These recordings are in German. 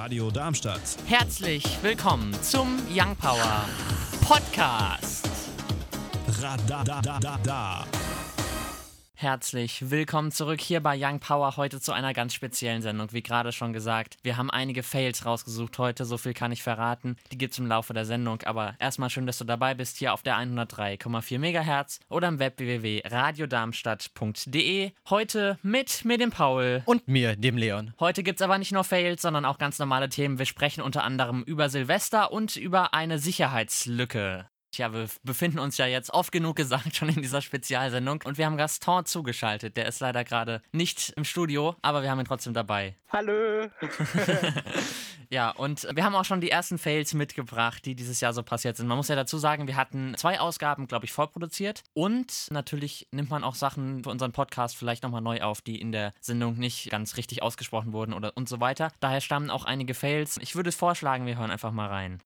Radio Darmstadt. Herzlich willkommen zum Young Power Podcast. Radadadada. Herzlich willkommen zurück hier bei Young Power, heute zu einer ganz speziellen Sendung, wie gerade schon gesagt. Wir haben einige Fails rausgesucht heute, so viel kann ich verraten. Die gibt's im Laufe der Sendung, aber erstmal schön, dass du dabei bist, hier auf der 103,4 MHz oder im Web www.radiodarmstadt.de. Heute mit mir, dem Paul. Und mir, dem Leon. Heute gibt's aber nicht nur Fails, sondern auch ganz normale Themen. Wir sprechen unter anderem über Silvester und über eine Sicherheitslücke. Ja, wir befinden uns ja jetzt oft genug gesagt schon in dieser Spezialsendung und wir haben Gaston zugeschaltet. Der ist leider gerade nicht im Studio, aber wir haben ihn trotzdem dabei. Hallo! Ja, und wir haben auch schon die ersten Fails mitgebracht, die dieses Jahr so passiert sind. Man muss ja dazu sagen, wir hatten 2 Ausgaben, glaube ich, vorproduziert und natürlich nimmt man auch Sachen für unseren Podcast vielleicht nochmal neu auf, die in der Sendung nicht ganz richtig ausgesprochen wurden und so weiter. Daher stammen auch einige Fails. Ich würde vorschlagen, wir hören einfach mal rein.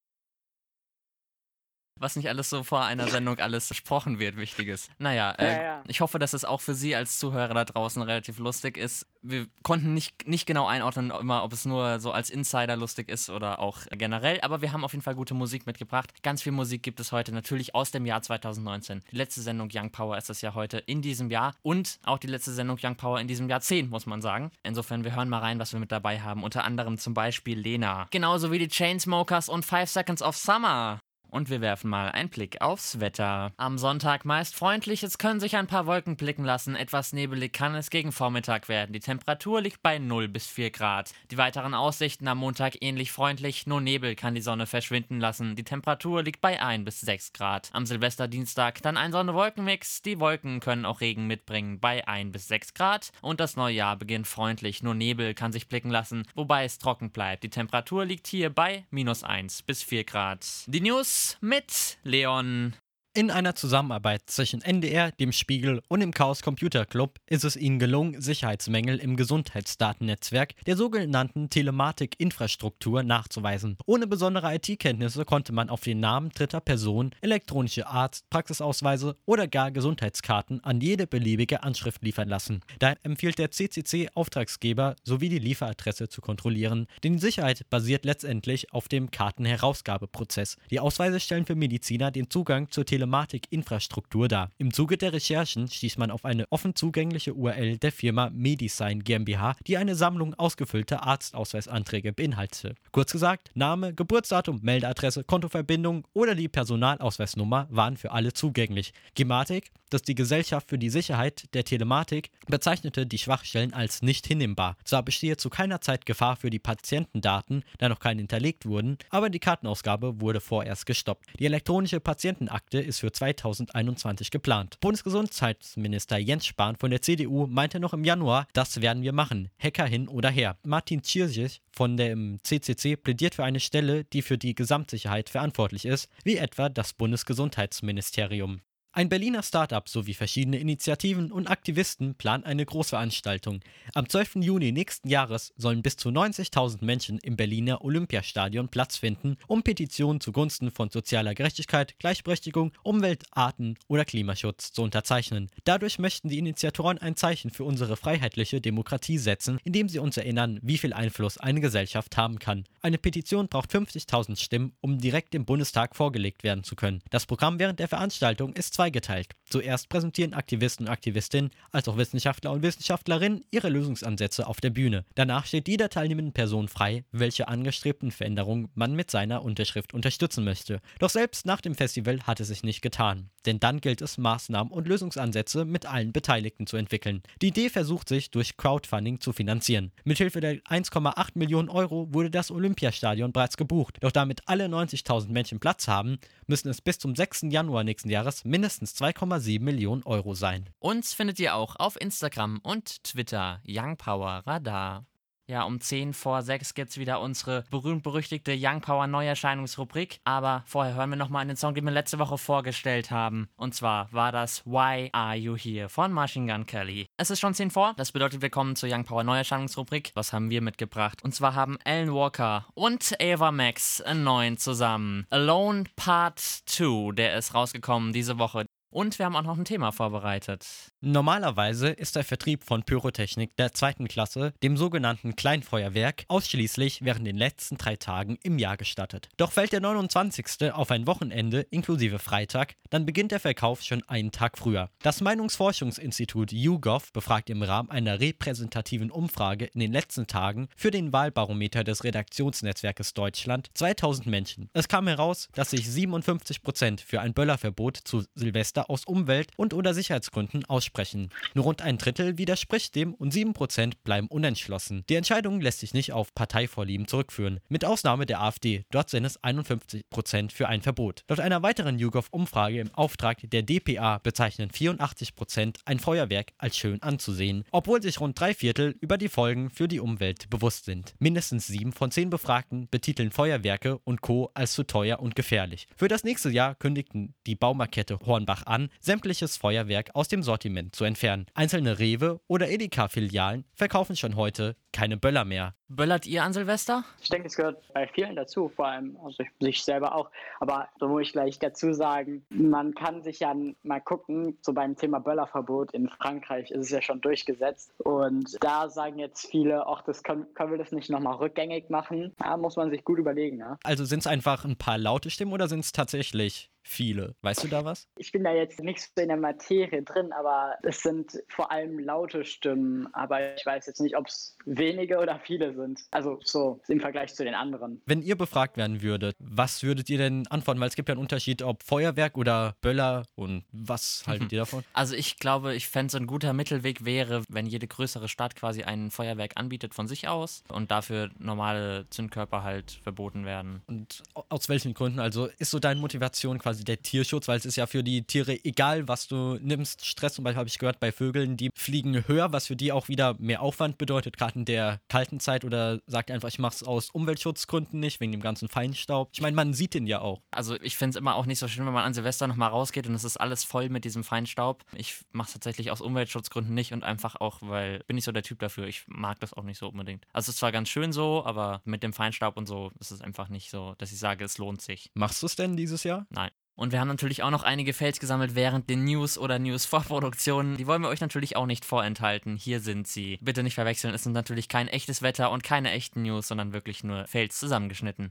Was nicht alles so vor einer Sendung alles besprochen wird, Wichtiges. Naja, Ich hoffe, dass es auch für Sie als Zuhörer da draußen relativ lustig ist. Wir konnten nicht genau einordnen, immer, ob es nur so als Insider lustig ist oder auch generell, aber wir haben auf jeden Fall gute Musik mitgebracht. Ganz viel Musik gibt es heute natürlich aus dem Jahr 2019. Die letzte Sendung Young Power ist das ja heute in diesem Jahr und auch die letzte Sendung Young Power in diesem Jahrzehnt, muss man sagen. Insofern, wir hören mal rein, was wir mit dabei haben. Unter anderem zum Beispiel Lena. Genauso wie die Chainsmokers und 5 Seconds of Summer. Und wir werfen mal einen Blick aufs Wetter. Am Sonntag meist freundlich, es können sich ein paar Wolken blicken lassen. Etwas nebelig kann es gegen Vormittag werden. Die Temperatur liegt bei 0 bis 4 Grad. Die weiteren Aussichten am Montag ähnlich freundlich, nur Nebel kann die Sonne verschwinden lassen. Die Temperatur liegt bei 1 bis 6 Grad. Am Silvesterdienstag dann ein Sonne-Wolken-Mix. Die Wolken können auch Regen mitbringen bei 1 bis 6 Grad. Und das neue Jahr beginnt freundlich, nur Nebel kann sich blicken lassen, wobei es trocken bleibt. Die Temperatur liegt hier bei -1 bis 4 Grad. Die News mit Leon. In einer Zusammenarbeit zwischen NDR, dem Spiegel und dem Chaos Computer Club ist es ihnen gelungen, Sicherheitsmängel im Gesundheitsdatennetzwerk der sogenannten Telematik-Infrastruktur nachzuweisen. Ohne besondere IT-Kenntnisse konnte man auf den Namen dritter Personen elektronische Praxisausweise oder gar Gesundheitskarten an jede beliebige Anschrift liefern lassen. Daher empfiehlt der CCC Auftragsgeber sowie die Lieferadresse zu kontrollieren, denn die Sicherheit basiert letztendlich auf dem Kartenherausgabeprozess. Die Ausweise stellen für Mediziner den Zugang zur Telematik-Infrastruktur dar. Im Zuge der Recherchen stieß man auf eine offen zugängliche URL der Firma Medisign GmbH, die eine Sammlung ausgefüllter Arztausweisanträge beinhaltete. Kurz gesagt, Name, Geburtsdatum, Meldeadresse, Kontoverbindung oder die Personalausweisnummer waren für alle zugänglich. Gematik, das ist die Gesellschaft für die Sicherheit der Telematik, bezeichnete die Schwachstellen als nicht hinnehmbar. Zwar bestehe zu keiner Zeit Gefahr für die Patientendaten, da noch keine hinterlegt wurden, aber die Kartenausgabe wurde vorerst gestoppt. Die elektronische Patientenakte ist für 2021 geplant. Bundesgesundheitsminister Jens Spahn von der CDU meinte noch im Januar, das werden wir machen, Hacker hin oder her. Martin Tschirchich von dem CCC plädiert für eine Stelle, die für die Gesamtsicherheit verantwortlich ist, wie etwa das Bundesgesundheitsministerium. Ein Berliner Start-up sowie verschiedene Initiativen und Aktivisten planen eine Großveranstaltung. Am 12. Juni nächsten Jahres sollen bis zu 90.000 Menschen im Berliner Olympiastadion Platz finden, um Petitionen zugunsten von sozialer Gerechtigkeit, Gleichberechtigung, Umwelt, Arten oder Klimaschutz zu unterzeichnen. Dadurch möchten die Initiatoren ein Zeichen für unsere freiheitliche Demokratie setzen, indem sie uns erinnern, wie viel Einfluss eine Gesellschaft haben kann. Eine Petition braucht 50.000 Stimmen, um direkt im Bundestag vorgelegt werden zu können. Das Programm während der Veranstaltung ist zweigeteilt. Zuerst präsentieren Aktivisten und Aktivistinnen, als auch Wissenschaftler und Wissenschaftlerinnen ihre Lösungsansätze auf der Bühne. Danach steht jeder teilnehmenden Person frei, welche angestrebten Veränderungen man mit seiner Unterschrift unterstützen möchte. Doch selbst nach dem Festival hat es sich nicht getan. Denn dann gilt es, Maßnahmen und Lösungsansätze mit allen Beteiligten zu entwickeln. Die Idee versucht sich durch Crowdfunding zu finanzieren. Mithilfe der 1,8 Millionen Euro wurde das Olympiastadion bereits gebucht. Doch damit alle 90.000 Menschen Platz haben, müssen es bis zum 6. Januar nächsten Jahres mindestens 2,7 Millionen Euro sein. Uns findet ihr auch auf Instagram und Twitter Young Power Radar. Ja, um 10 vor 6 gibt's wieder unsere berühmt-berüchtigte Young Power Neuerscheinungsrubrik. Aber vorher hören wir nochmal einen Song, den wir letzte Woche vorgestellt haben. Und zwar war das Why Are You Here von Machine Gun Kelly. Es ist schon 10 vor, das bedeutet, wir kommen zur Young Power Neuerscheinungsrubrik. Was haben wir mitgebracht? Und zwar haben Alan Walker und Ava Max einen neuen zusammen. Alone Part 2, der ist rausgekommen diese Woche. Und wir haben auch noch ein Thema vorbereitet. Normalerweise ist der Vertrieb von Pyrotechnik der 2. Klasse, dem sogenannten Kleinfeuerwerk, ausschließlich während den letzten 3 Tagen im Jahr gestattet. Doch fällt der 29. auf ein Wochenende inklusive Freitag, dann beginnt der Verkauf schon einen Tag früher. Das Meinungsforschungsinstitut YouGov befragt im Rahmen einer repräsentativen Umfrage in den letzten Tagen für den Wahlbarometer des Redaktionsnetzwerkes Deutschland 2000 Menschen. Es kam heraus, dass sich 57% für ein Böllerverbot zu Silvester aus Umwelt- und/oder Sicherheitsgründen aussprechen. Nur rund ein Drittel widerspricht dem und 7% bleiben unentschlossen. Die Entscheidung lässt sich nicht auf Parteivorlieben zurückführen. Mit Ausnahme der AfD. Dort sind es 51% für ein Verbot. Laut einer weiteren YouGov-Umfrage im Auftrag der dpa bezeichnen 84% ein Feuerwerk als schön anzusehen, obwohl sich rund 3/4 über die Folgen für die Umwelt bewusst sind. Mindestens 7 von 10 Befragten betiteln Feuerwerke und Co. als zu teuer und gefährlich. Für das nächste Jahr kündigten die Baumarkette Hornbach an, sämtliches Feuerwerk aus dem Sortiment zu entfernen. Einzelne Rewe- oder Edeka-Filialen verkaufen schon heute keine Böller mehr. Böllert ihr an Silvester? Ich denke, es gehört bei vielen dazu, vor allem also sich selber auch. Aber da muss ich gleich dazu sagen, man kann sich ja mal gucken, so beim Thema Böllerverbot in Frankreich ist es ja schon durchgesetzt. Und da sagen jetzt viele, ach, können wir das nicht nochmal rückgängig machen? Da muss man sich gut überlegen. Ja? Also sind es einfach ein paar laute Stimmen oder sind es tatsächlich viele? Weißt du da was? Ich bin da jetzt nicht so in der Materie drin, aber es sind vor allem laute Stimmen. Aber ich weiß jetzt nicht, ob es wenige oder viele sind. Also so im Vergleich zu den anderen. Wenn ihr befragt werden würdet, was würdet ihr denn antworten? Weil es gibt ja einen Unterschied, ob Feuerwerk oder Böller, und was haltet ihr davon? Also ich glaube, ich fände so ein guter Mittelweg wäre, wenn jede größere Stadt quasi ein Feuerwerk anbietet von sich aus und dafür normale Zündkörper halt verboten werden. Und aus welchen Gründen? Also ist so deine Motivation quasi der Tierschutz, weil es ist ja für die Tiere egal, was du nimmst. Stress zum Beispiel habe ich gehört bei Vögeln, die fliegen höher, was für die auch wieder mehr Aufwand bedeutet, gerade in der kalten Zeit, oder sagt einfach, ich mache es aus Umweltschutzgründen nicht, wegen dem ganzen Feinstaub. Ich meine, man sieht den ja auch. Also ich finde es immer auch nicht so schön, wenn man an Silvester nochmal rausgeht und es ist alles voll mit diesem Feinstaub. Ich mache es tatsächlich aus Umweltschutzgründen nicht und einfach auch, weil bin ich so der Typ dafür. Ich mag das auch nicht so unbedingt. Also es ist zwar ganz schön so, aber mit dem Feinstaub und so ist es einfach nicht so, dass ich sage, es lohnt sich. Machst du es denn dieses Jahr? Nein. Und wir haben natürlich auch noch einige Fails gesammelt während den News oder News-Vorproduktionen. Die wollen wir euch natürlich auch nicht vorenthalten. Hier sind sie. Bitte nicht verwechseln, es sind natürlich kein echtes Wetter und keine echten News, sondern wirklich nur Fails zusammengeschnitten.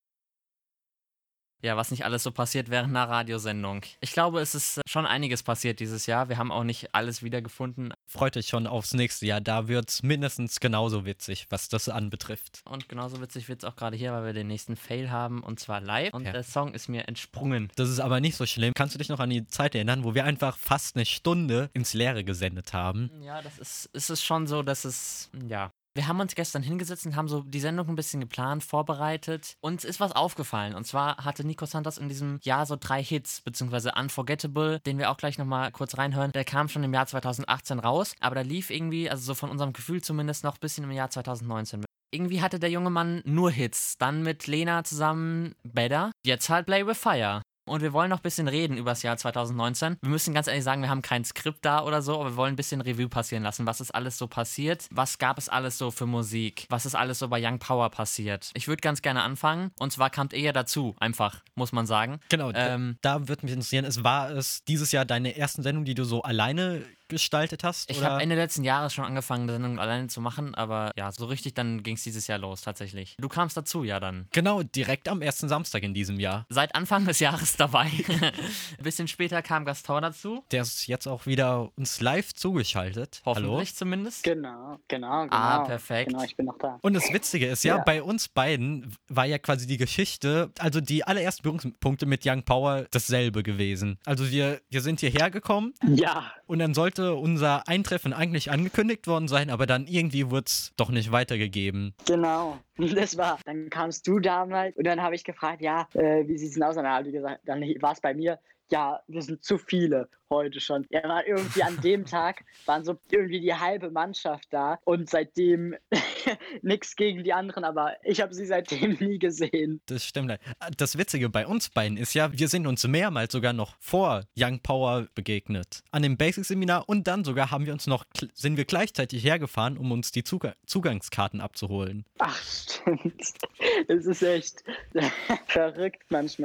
Ja, was nicht alles so passiert während einer Radiosendung. Ich glaube, es ist schon einiges passiert dieses Jahr. Wir haben auch nicht alles wiedergefunden. Freut euch schon aufs nächste Jahr. Da wird es mindestens genauso witzig, was das anbetrifft. Und genauso witzig wird es auch gerade hier, weil wir den nächsten Fail haben, und zwar live. Und der Song ist mir entsprungen. Das ist aber nicht so schlimm. Kannst du dich noch an die Zeit erinnern, wo wir einfach fast eine Stunde ins Leere gesendet haben? Ja, ist es schon so, dass es, ja. Wir haben uns gestern hingesetzt und haben so die Sendung ein bisschen geplant, vorbereitet. Uns ist was aufgefallen. Und zwar hatte Nico Santos in diesem Jahr so 3 Hits, beziehungsweise Unforgettable, den wir auch gleich nochmal kurz reinhören. Der kam schon im Jahr 2018 raus, aber der lief irgendwie, also so von unserem Gefühl zumindest, noch ein bisschen im Jahr 2019. Irgendwie hatte der junge Mann nur Hits. Dann mit Lena zusammen Better. Jetzt halt Play With Fire. Und wir wollen noch ein bisschen reden über das Jahr 2019. Wir müssen ganz ehrlich sagen, wir haben kein Skript da oder so, aber wir wollen ein bisschen Revue passieren lassen. Was ist alles so passiert? Was gab es alles so für Musik? Was ist alles so bei Young Power passiert? Ich würde ganz gerne anfangen. Und zwar kamt ihr ja dazu, einfach, muss man sagen. Genau, da würde mich interessieren, war es dieses Jahr deine ersten Sendung, die du so alleine gestaltet hast? Ich habe Ende letzten Jahres schon angefangen, die Sendung alleine zu machen, aber ja, so richtig dann ging es dieses Jahr los, tatsächlich. Du kamst dazu, ja dann. Genau, direkt am ersten Samstag in diesem Jahr. Seit Anfang des Jahres dabei. Ein bisschen später kam Gaston dazu. Der ist jetzt auch wieder uns live zugeschaltet. Hoffentlich Hallo? zumindest. Genau. Ah, perfekt. Genau, ich bin noch da. Und das Witzige ist ja, bei uns beiden war ja quasi die Geschichte, also die allerersten Berührungspunkte mit Young Power dasselbe gewesen. Also wir sind hierher gekommen. Ja. Und dann sollte unser Eintreffen eigentlich angekündigt worden sein, aber dann irgendwie wurde es doch nicht weitergegeben. Genau. Dann kamst du damals und dann habe ich gefragt, wie sieht es denn aus? Und dann habe ich gesagt, dann war es bei mir, ja, wir sind zu viele heute schon. Ja, war irgendwie an dem Tag waren so irgendwie die halbe Mannschaft da und seitdem nichts gegen die anderen, aber ich habe sie seitdem nie gesehen. Das stimmt. Das Witzige bei uns beiden ist ja, wir sind uns mehrmals sogar noch vor Young Power begegnet. An dem Basic-Seminar, und dann sogar sind wir gleichzeitig hergefahren, um uns die Zugangskarten abzuholen. Ach, stimmt. Es ist echt verrückt manchmal.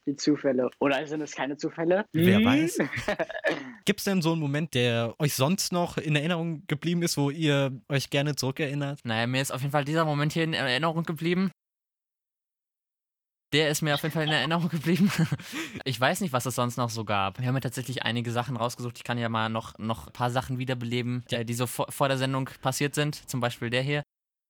die Zufälle. Oder sind es keine Zufälle? Wer weiß. Gibt es denn so einen Moment, der euch sonst noch in Erinnerung geblieben ist, wo ihr euch gerne zurückerinnert? Naja, mir ist auf jeden Fall dieser Moment hier in Erinnerung geblieben. Der ist mir auf jeden Fall in Erinnerung geblieben. Ich weiß nicht, was es sonst noch so gab. Wir haben ja tatsächlich einige Sachen rausgesucht. Ich kann ja mal noch ein paar Sachen wiederbeleben, die so vor der Sendung passiert sind. Zum Beispiel der hier.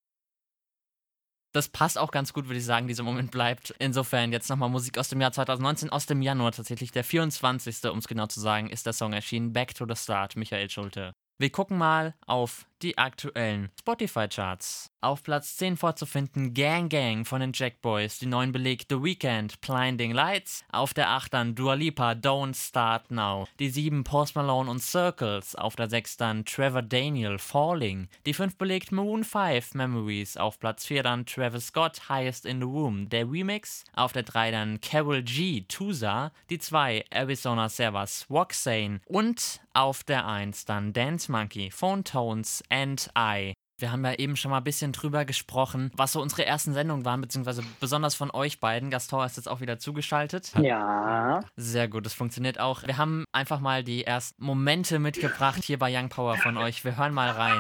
Das passt auch ganz gut, würde ich sagen, dieser Moment bleibt. Insofern jetzt nochmal Musik aus dem Jahr 2019, aus dem Januar tatsächlich. Der 24., um es genau zu sagen, ist der Song erschienen. Back to the Start, Michael Schulte. Wir gucken mal auf die aktuellen Spotify-Charts. Auf Platz 10 vorzufinden Gang Gang von den Jack Boys, die 9 belegt The Weeknd, Blinding Lights. Auf der 8 dann Dua Lipa, Don't Start Now. Die 7 Post Malone und Circles. Auf der 6 dann Trevor Daniel, Falling. Die 5 belegt Maroon 5, Memories. Auf Platz 4 dann Travis Scott, Highest in the Room, der Remix. Auf der 3 dann Karol G, Tusa. Die 2 Arizona Servas, Woxane. Und auf der 1 dann Dance Monkey, Phone Tones and I. Wir haben ja eben schon mal ein bisschen drüber gesprochen, was so unsere ersten Sendungen waren, beziehungsweise besonders von euch beiden. Gaston ist jetzt auch wieder zugeschaltet. Ja. Sehr gut, das funktioniert auch. Wir haben einfach mal die ersten Momente mitgebracht hier bei Young Power von euch. Wir hören mal rein.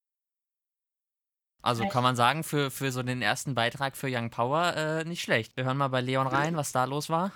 Also kann man sagen, für so den ersten Beitrag für Young Power nicht schlecht. Wir hören mal bei Leon rein, was da los war.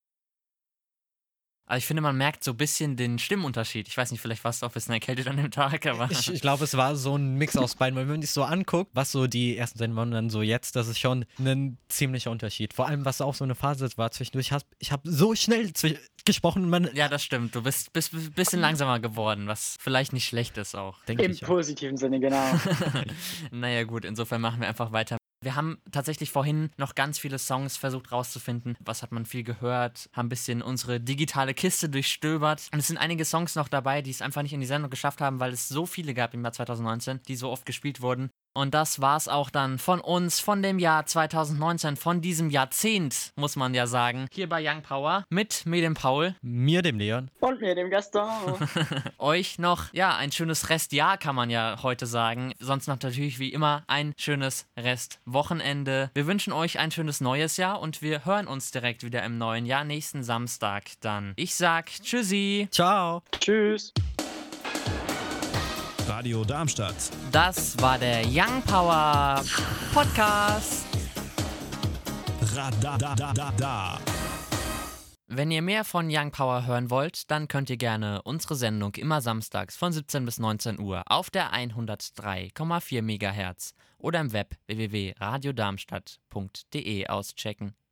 Aber ich finde, man merkt so ein bisschen den Stimmunterschied. Ich weiß nicht, vielleicht warst du auch ein bisschen erkältet an dem Tag, aber... Ich glaube, es war so ein Mix aus beiden, weil wenn man sich so anguckt, was so die ersten Sendungen waren und dann so jetzt, das ist schon ein ziemlicher Unterschied. Vor allem, was auch so eine Phase war zwischendurch. Ich habe so schnell gesprochen und man... Ja, das stimmt. Du bist ein bisschen langsamer geworden, was vielleicht nicht schlecht ist auch. Im positiven Sinne, genau. Naja gut, insofern machen wir einfach weiter. Wir haben tatsächlich vorhin noch ganz viele Songs versucht rauszufinden. Was hat man viel gehört? Haben ein bisschen unsere digitale Kiste durchstöbert. Und es sind einige Songs noch dabei, die es einfach nicht in die Sendung geschafft haben, weil es so viele gab im Jahr 2019, die so oft gespielt wurden. Und das war's auch dann von uns, von dem Jahr 2019, von diesem Jahrzehnt, muss man ja sagen. Hier bei Young Power mit mir, dem Paul. Mir, dem Leon. Und mir, dem Gaston. Euch noch, ja, ein schönes Restjahr, kann man ja heute sagen. Sonst noch natürlich wie immer ein schönes Restwochenende. Wir wünschen euch ein schönes neues Jahr und wir hören uns direkt wieder im neuen Jahr, nächsten Samstag dann. Ich sag Tschüssi. Ciao. Tschüss. Radio Darmstadt. Das war der Young Power Podcast. Radadadada. Wenn ihr mehr von Young Power hören wollt, dann könnt ihr gerne unsere Sendung immer samstags von 17 bis 19 Uhr auf der 103,4 MHz oder im Web www.radiodarmstadt.de auschecken.